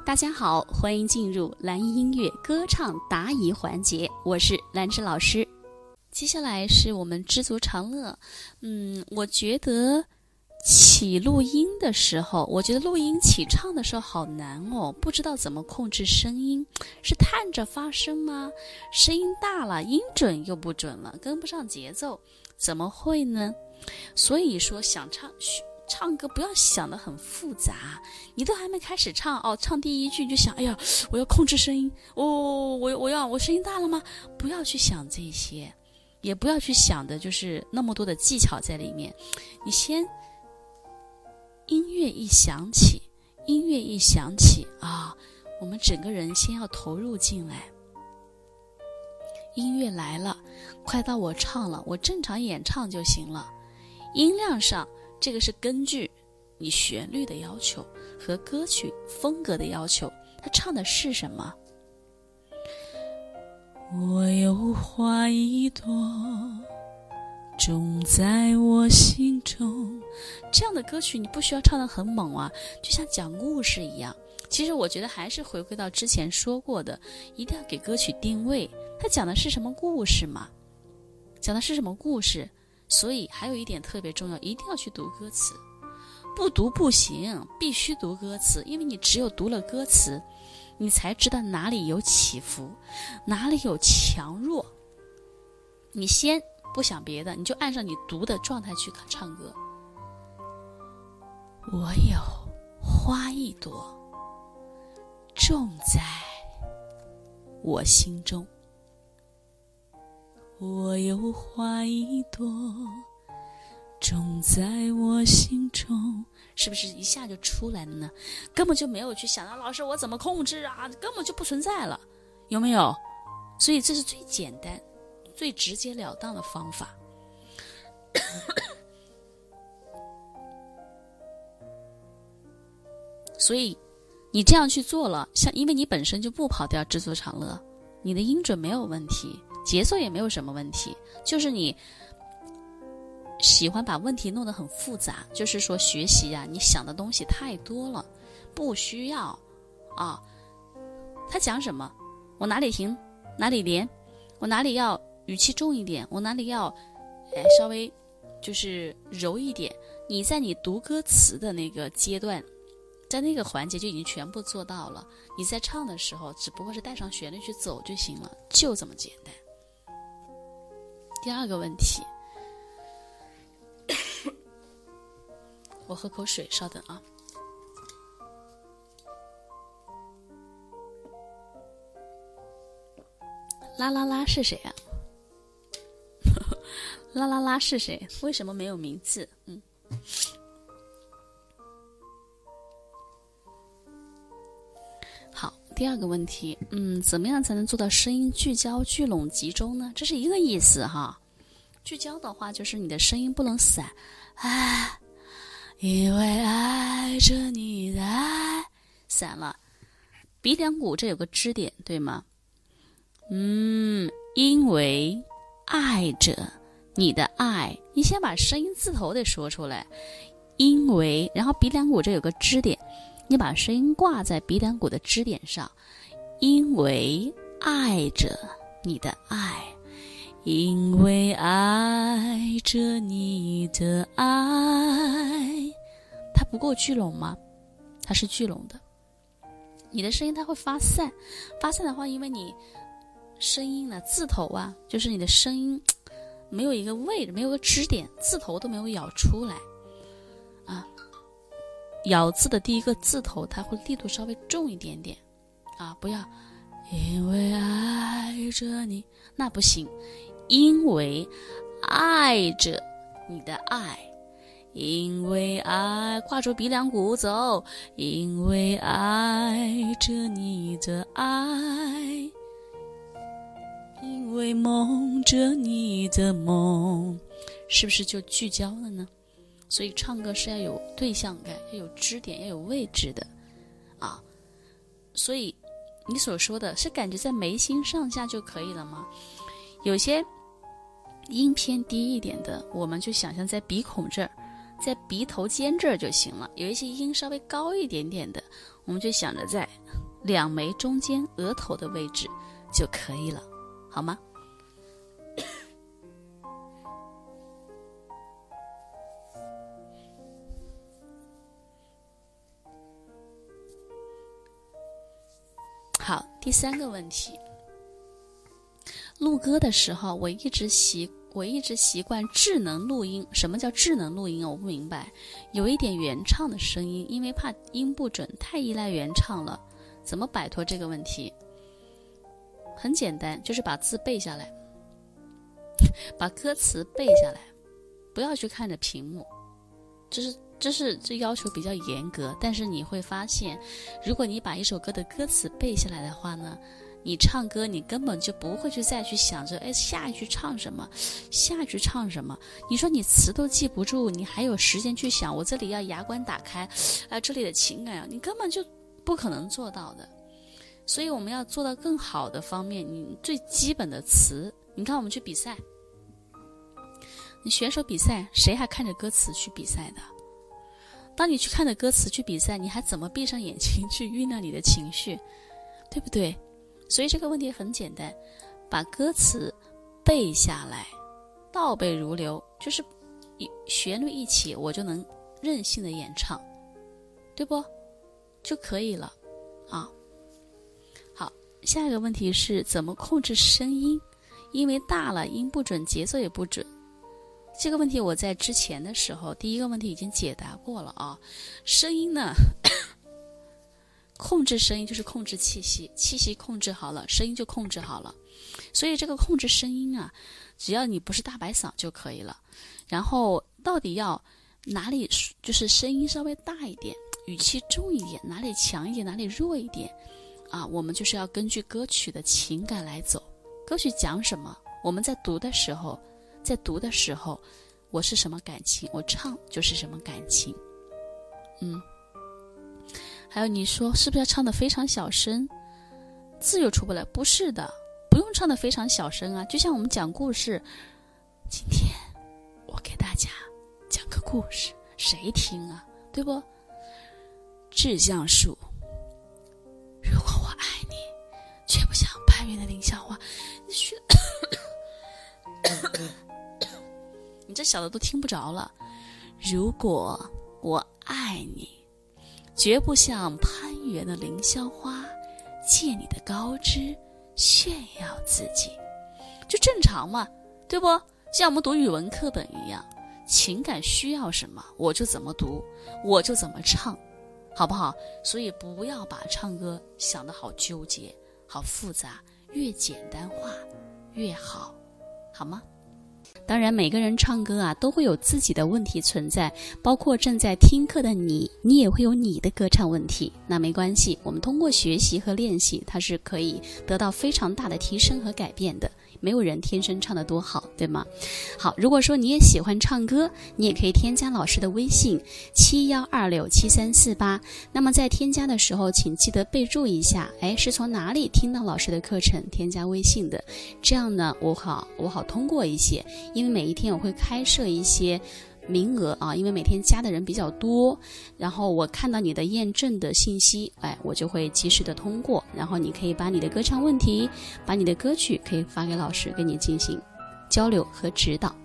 大家好，欢迎进入蓝音乐歌唱答疑环节，我是兰芝老师。接下来是我们知足常乐。我觉得起录音的时候，录音起唱的时候好难哦，不知道怎么控制声音，是探着发声吗？声音大了，音准又不准了，跟不上节奏，怎么会呢？所以说想唱歌不要想得很复杂，你都还没开始唱唱第一句就想，哎呀，我要控制声音，我声音大了吗？不要去想这些，也不要去想的就是那么多的技巧在里面。你先音乐一响起我们整个人先要投入进来。音乐来了，快到我唱了，我正常演唱就行了。音量上，这个是根据你旋律的要求和歌曲风格的要求，他唱的是什么？我有花一朵，种在我心中。这样的歌曲你不需要唱得很猛啊，就像讲故事一样。其实我觉得还是回归到之前说过的，一定要给歌曲定位，它讲的是什么故事嘛？讲的是什么故事？所以还有一点特别重要，一定要去读歌词，不读不行，必须读歌词，因为你只有读了歌词，你才知道哪里有起伏，哪里有强弱。你先不想别的，你就按照你读的状态去唱歌。我有花一朵，种在我心中。我有花一朵，种在我心中，是不是一下就出来了呢？根本就没有去想到老师我怎么控制啊，根本就不存在了，有没有？所以这是最简单最直截了当的方法。所以你这样去做了，因为你本身就不跑调知足常乐，你的音准没有问题，节奏也没有什么问题，就是你喜欢把问题弄得很复杂，就是说学习你想的东西太多了，不需要他讲什么，我哪里停哪里连，我哪里要语气重一点，我哪里要稍微就是柔一点，你在你读歌词的那个阶段，在那个环节就已经全部做到了，你在唱的时候只不过是带上旋律去走就行了，就这么简单。第二个问题，我喝口水，稍等啊。啦啦啦是谁啊？啦啦啦是谁？为什么没有名字？好，第二个问题，怎么样才能做到声音聚焦、聚拢、集中呢？这是一个意思哈。聚焦的话，就是你的声音不能散，因为爱着你的爱，散了。鼻梁骨这有个支点，对吗？因为爱着你的爱，你先把声音字头得说出来，因为，然后鼻梁骨这有个支点，你把声音挂在鼻梁骨的支点上，因为爱着你的爱，因为爱着你的爱，它不够聚拢吗？它是聚拢的。你的声音它会发散，发散的话，因为你声音呢，字头就是你的声音没有一个位置，没有个支点，字头都没有咬出来咬字的第一个字头它会力度稍微重一点点不要因为爱着你，那不行，因为爱着你的爱，因为爱挂住鼻梁骨走，因为爱着你的爱，因为梦着你的梦，是不是就聚焦了呢？所以唱歌是要有对象感，要有支点，要有位置的所以你所说的是感觉在眉心上下就可以了吗？有些音偏低一点的，我们就想象在鼻孔这儿，在鼻头尖这儿就行了。有一些音稍微高一点点的， 我们就想着在两眉中间额头的位置就可以了，好吗？好，第三个问题，录歌的时候我一直习惯智能录音。什么叫智能录音啊？我不明白。有一点原唱的声音，因为怕音不准，太依赖原唱了。怎么摆脱这个问题？很简单，就是把字背下来，把歌词背下来，不要去看着屏幕。这要求比较严格，但是你会发现，如果你把一首歌的歌词背下来的话呢，你唱歌你根本就不会再去想着，下一句唱什么，下一句唱什么。你说你词都记不住，你还有时间去想我这里要牙关打开，这里的情感你根本就不可能做到的。所以我们要做到更好的方面，你最基本的词，你看我们去比赛，你选手比赛，谁还看着歌词去比赛的？当你去看着歌词去比赛，你还怎么闭上眼睛去酝酿你的情绪，对不对？所以这个问题很简单，把歌词背下来，倒背如流，就是旋律一起，我就能任性的演唱，对不？就可以了啊。好，下一个问题是怎么控制声音？因为大了音不准，节奏也不准。这个问题我在之前的时候，第一个问题已经解答过了啊。声音呢，控制声音就是控制气息，气息控制好了，声音就控制好了。所以这个控制声音啊，只要你不是大白嗓就可以了。然后到底要哪里就是声音稍微大一点，语气重一点，哪里强一点，哪里弱一点啊？我们就是要根据歌曲的情感来走。歌曲讲什么，我们在读的时候，我是什么感情，我唱就是什么感情。还有你说是不是要唱得非常小声，字又出不来？不是的，不用唱得非常小声啊。就像我们讲故事，今天我给大家讲个故事，谁听啊？对不？致橡树，如果我爱你，却不像攀援的凌霄花，你学你这小的都听不着了。如果我爱你，绝不像攀援的凌霄花，借你的高枝炫耀自己，就正常嘛，对不？像我们读语文课本一样，情感需要什么我就怎么读，我就怎么唱，好不好？所以不要把唱歌想得好纠结好复杂，越简单化越好，好吗？当然每个人唱歌啊都会有自己的问题存在，包括正在听课的你也会有你的歌唱问题。那没关系，我们通过学习和练习，它是可以得到非常大的提升和改变的。没有人天生唱得多好，对吗？好，如果说你也喜欢唱歌，你也可以添加老师的微信71267348。那么在添加的时候，请记得备注一下，是从哪里听到老师的课程添加微信的，这样呢我好通过一些。因为每一天我会开设一些名额啊，因为每天加的人比较多，然后我看到你的验证的信息，我就会及时的通过，然后你可以把你的歌唱问题，把你的歌曲可以发给老师，跟你进行交流和指导。